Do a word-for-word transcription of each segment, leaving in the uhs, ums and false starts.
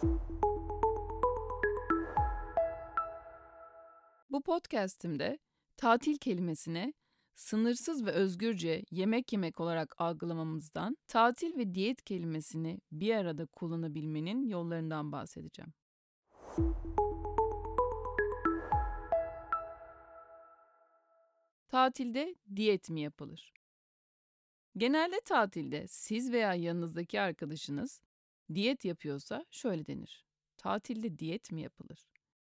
Bu podcast'imde tatil kelimesini sınırsız ve özgürce yemek yemek olarak algılamamızdan, tatil ve diyet kelimesini bir arada kullanabilmenin yollarından bahsedeceğim. Tatilde diyet mi yapılır? Genelde tatilde siz veya yanınızdaki arkadaşınız diyet yapıyorsa şöyle denir: tatilde diyet mi yapılır?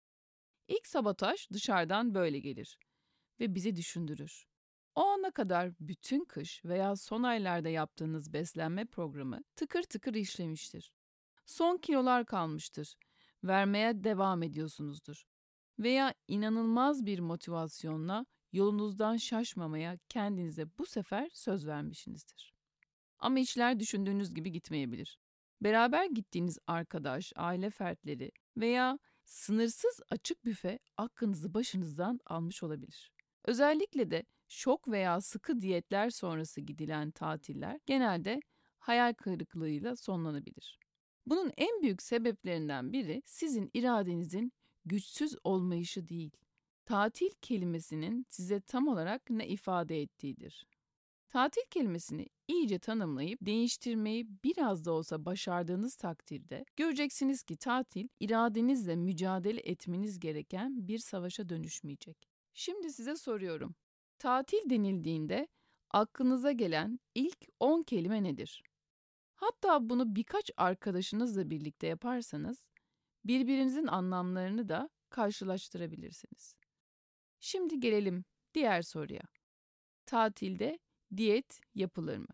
İlk sabotaj dışarıdan böyle gelir ve bizi düşündürür. O ana kadar bütün kış veya son aylarda yaptığınız beslenme programı tıkır tıkır işlemiştir. Son kilolar kalmıştır. Vermeye devam ediyorsunuzdur. Veya inanılmaz bir motivasyonla yolunuzdan şaşmamaya kendinize bu sefer söz vermişsinizdir. Ama işler düşündüğünüz gibi gitmeyebilir. Beraber gittiğiniz arkadaş, aile fertleri veya sınırsız açık büfe aklınızı başınızdan almış olabilir. Özellikle de şok veya sıkı diyetler sonrası gidilen tatiller genelde hayal kırıklığıyla sonlanabilir. Bunun en büyük sebeplerinden biri sizin iradenizin güçsüz olmayışı değil, tatil kelimesinin size tam olarak ne ifade ettiğidir. Tatil kelimesini iyice tanımlayıp değiştirmeyi biraz da olsa başardığınız takdirde göreceksiniz ki tatil iradenizle mücadele etmeniz gereken bir savaşa dönüşmeyecek. Şimdi size soruyorum. Tatil denildiğinde aklınıza gelen ilk on kelime nedir? Hatta bunu birkaç arkadaşınızla birlikte yaparsanız birbirinizin anlamlarını da karşılaştırabilirsiniz. Şimdi gelelim diğer soruya. Tatilde diyet yapılır mı?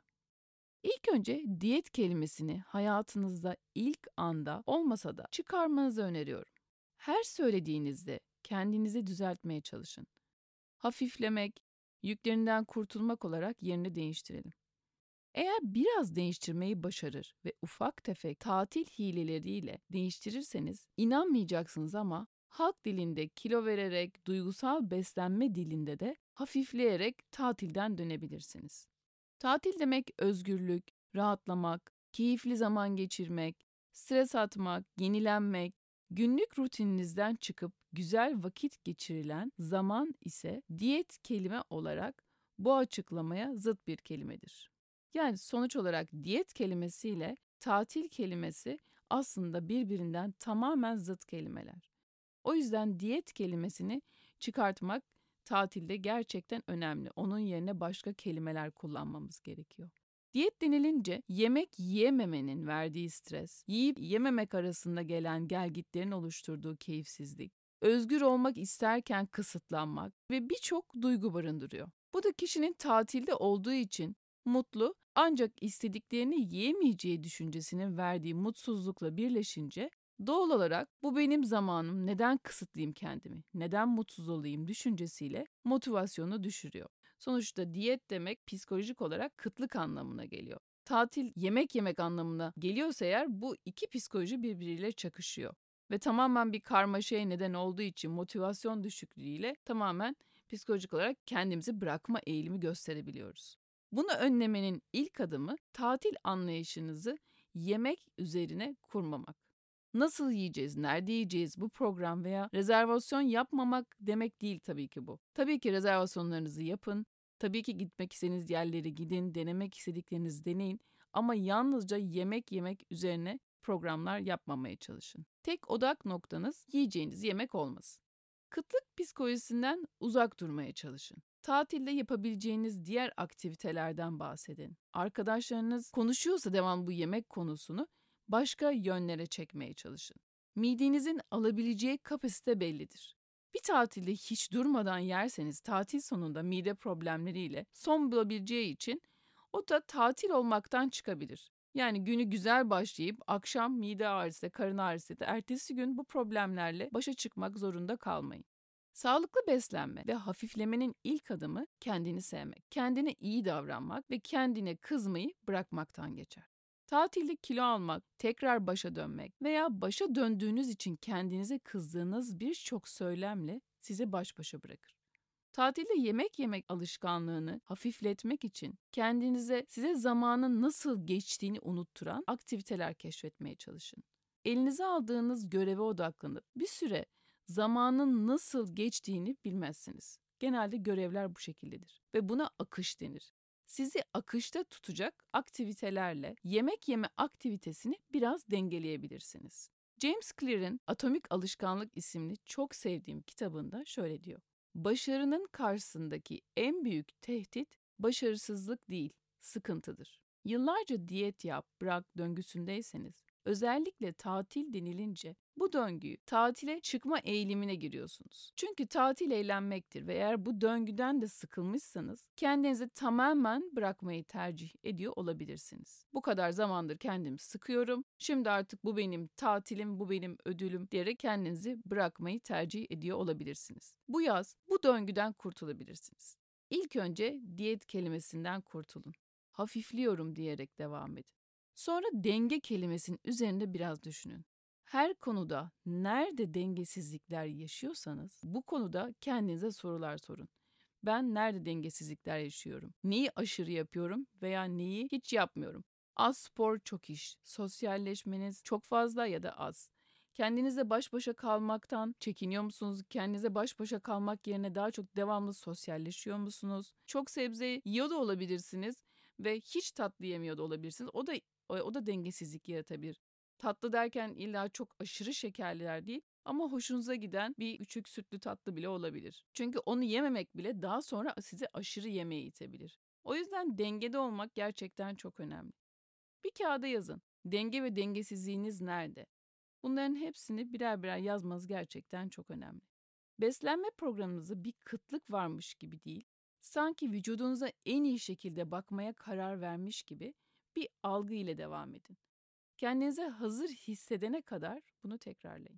İlk önce diyet kelimesini hayatınızda ilk anda olmasa da çıkarmanızı öneriyorum. Her söylediğinizde kendinizi düzeltmeye çalışın. Hafiflemek, yüklerinden kurtulmak olarak yerini değiştirelim. Eğer biraz değiştirmeyi başarır ve ufak tefek tatil hileleriyle değiştirirseniz inanmayacaksınız ama halk dilinde kilo vererek, duygusal beslenme dilinde de hafifleyerek tatilden dönebilirsiniz. Tatil demek özgürlük, rahatlamak, keyifli zaman geçirmek, stres atmak, yenilenmek, günlük rutininizden çıkıp güzel vakit geçirilen zaman ise diyet kelime olarak bu açıklamaya zıt bir kelimedir. Yani sonuç olarak diyet kelimesiyle tatil kelimesi aslında birbirinden tamamen zıt kelimeler. O yüzden diyet kelimesini çıkartmak tatilde gerçekten önemli. Onun yerine başka kelimeler kullanmamız gerekiyor. Diyet denilince yemek yiyememenin verdiği stres, yiyip yememek arasında gelen gelgitlerin oluşturduğu keyifsizlik, özgür olmak isterken kısıtlanmak ve birçok duygu barındırıyor. Bu da kişinin tatilde olduğu için mutlu ancak istediklerini yiyemeyeceği düşüncesinin verdiği mutsuzlukla birleşince doğal olarak bu benim zamanım, neden kısıtlayayım kendimi, neden mutsuz olayım düşüncesiyle motivasyonu düşürüyor. Sonuçta diyet demek psikolojik olarak kıtlık anlamına geliyor. Tatil yemek yemek anlamına geliyorsa eğer bu iki psikoloji birbiriyle çakışıyor. Ve tamamen bir karmaşaya neden olduğu için motivasyon düşüklüğüyle tamamen psikolojik olarak kendimizi bırakma eğilimi gösterebiliyoruz. Bunu önlemenin ilk adımı tatil anlayışınızı yemek üzerine kurmamak. Nasıl yiyeceğiz, nerede yiyeceğiz bu program veya rezervasyon yapmamak demek değil tabii ki bu. Tabii ki rezervasyonlarınızı yapın, tabii ki gitmek istediğiniz yerlere gidin, denemek istediklerinizi deneyin ama yalnızca yemek yemek üzerine programlar yapmamaya çalışın. Tek odak noktanız yiyeceğiniz yemek olmasın. Kıtlık psikolojisinden uzak durmaya çalışın. Tatilde yapabileceğiniz diğer aktivitelerden bahsedin. Arkadaşlarınız konuşuyorsa devam bu yemek konusunu başka yönlere çekmeye çalışın. Midenizin alabileceği kapasite bellidir. Bir tatilde hiç durmadan yerseniz tatil sonunda mide problemleriyle son bulabileceği için o da tatil olmaktan çıkabilir. Yani günü güzel başlayıp akşam mide ağrısı, karın ağrısı da ertesi gün bu problemlerle başa çıkmak zorunda kalmayın. Sağlıklı beslenme ve hafiflemenin ilk adımı kendini sevmek, kendine iyi davranmak ve kendine kızmayı bırakmaktan geçer. Tatilde kilo almak, tekrar başa dönmek veya başa döndüğünüz için kendinize kızdığınız birçok söylemle sizi baş başa bırakır. Tatilde yemek yemek alışkanlığını hafifletmek için kendinize size zamanın nasıl geçtiğini unutturan aktiviteler keşfetmeye çalışın. elinize aldığınız göreve odaklanıp bir süre zamanın nasıl geçtiğini bilmezsiniz. Genelde görevler bu şekildedir ve buna akış denir. Sizi akışta tutacak aktivitelerle yemek yeme aktivitesini biraz dengeleyebilirsiniz. James Clear'in Atomik Alışkanlık isimli çok sevdiğim kitabında şöyle diyor. Başarının karşısındaki en büyük tehdit başarısızlık değil, sıkıntıdır. Yıllarca diyet yap, bırak döngüsündeyseniz, özellikle tatil denilince bu döngüyü tatile çıkma eğilimine giriyorsunuz. Çünkü tatil eğlenmektir ve eğer bu döngüden de sıkılmışsanız kendinizi tamamen bırakmayı tercih ediyor olabilirsiniz. Bu kadar zamandır kendimi sıkıyorum, şimdi artık bu benim tatilim, bu benim ödülüm diyerek kendinizi bırakmayı tercih ediyor olabilirsiniz. Bu yaz bu döngüden kurtulabilirsiniz. İlk önce diyet kelimesinden kurtulun. Hafifliyorum diyerek devam edin. Sonra denge kelimesinin üzerinde biraz düşünün. Her konuda nerede dengesizlikler yaşıyorsanız bu konuda kendinize sorular sorun. Ben nerede dengesizlikler yaşıyorum? Neyi aşırı yapıyorum veya neyi hiç yapmıyorum? Az spor, çok iş. Sosyalleşmeniz çok fazla ya da az. Kendinizle baş başa kalmaktan çekiniyor musunuz? Kendinize baş başa kalmak yerine daha çok devamlı sosyalleşiyor musunuz? Çok sebze yiyor da olabilirsiniz ve hiç tatlı yemiyor da olabilirsiniz. O da o da dengesizlik yaratabilir. Tatlı derken illa çok aşırı şekerliler değil ama hoşunuza giden bir küçük sütlü tatlı bile olabilir. Çünkü onu yememek bile daha sonra sizi aşırı yemeye itebilir. O yüzden dengede olmak gerçekten çok önemli. Bir kağıda yazın. Denge ve dengesizliğiniz nerede? Bunların hepsini birer birer yazmanız gerçekten çok önemli. Beslenme programınızı bir kıtlık varmış gibi değil, sanki vücudunuza en iyi şekilde bakmaya karar vermiş gibi bir algı ile devam edin. Kendinize hazır hissedene kadar bunu tekrarlayın.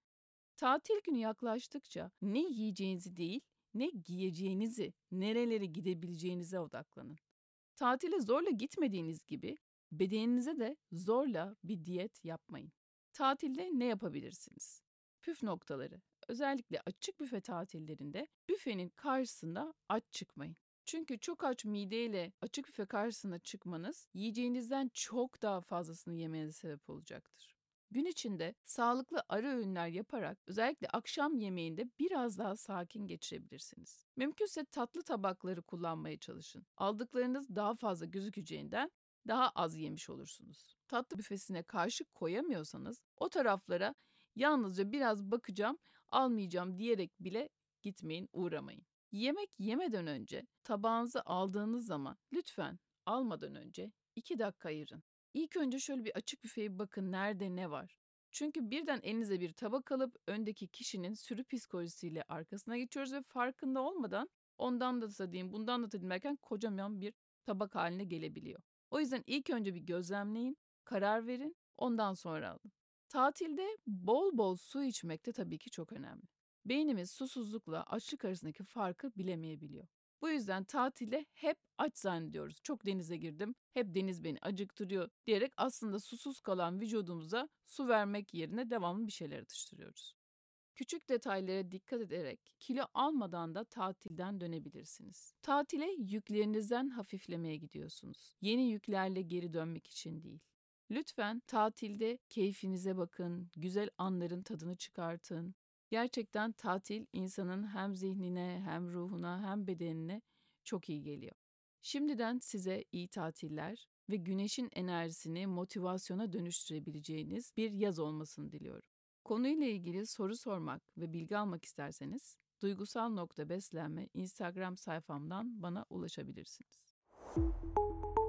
Tatil günü yaklaştıkça ne yiyeceğinizi değil, ne giyeceğinizi, nerelere gidebileceğinize odaklanın. Tatile zorla gitmediğiniz gibi bedeninize de zorla bir diyet yapmayın. Tatilde ne yapabilirsiniz? Püf noktaları. Özellikle açık büfe tatillerinde büfenin karşısında aç çıkmayın. Çünkü çok aç mideyle açık büfe karşısına çıkmanız yiyeceğinizden çok daha fazlasını yemenize sebep olacaktır. Gün içinde sağlıklı ara öğünler yaparak özellikle akşam yemeğinde biraz daha sakin geçirebilirsiniz. Mümkünse tatlı tabakları kullanmaya çalışın. Aldıklarınız daha fazla gözükeceğinden daha az yemiş olursunuz. Tatlı büfesine karşı koyamıyorsanız o taraflara yalnızca biraz bakacağım, almayacağım diyerek bile gitmeyin, uğramayın. Yemek yemeden önce tabağınızı aldığınız zaman lütfen almadan önce iki dakika ayırın. İlk önce şöyle bir açık büfeye bakın nerede ne var. Çünkü birden elinize bir tabak alıp öndeki kişinin sürü psikolojisiyle arkasına geçiyoruz ve farkında olmadan ondan da tadayım, bundan da tadayım derken kocaman bir tabak haline gelebiliyor. O yüzden ilk önce bir gözlemleyin, karar verin, ondan sonra alın. Tatilde bol bol su içmek de tabii ki çok önemli. Beynimiz susuzlukla açlık arasındaki farkı bilemeyebiliyor. Bu yüzden tatilde hep aç zannediyoruz. Çok denize girdim, hep deniz beni acıktırıyor diyerek aslında susuz kalan vücudumuza su vermek yerine devamlı bir şeyler atıştırıyoruz. Küçük detaylara dikkat ederek kilo almadan da tatilden dönebilirsiniz. Tatile yüklerinizden hafiflemeye gidiyorsunuz. Yeni yüklerle geri dönmek için değil. Lütfen tatilde keyfinize bakın, güzel anların tadını çıkartın. Gerçekten tatil insanın hem zihnine, hem ruhuna, hem bedenine çok iyi geliyor. Şimdiden size iyi tatiller ve güneşin enerjisini motivasyona dönüştürebileceğiniz bir yaz olmasını diliyorum. Konuyla ilgili soru sormak ve bilgi almak isterseniz duygusal nokta beslenme Instagram sayfamdan bana ulaşabilirsiniz.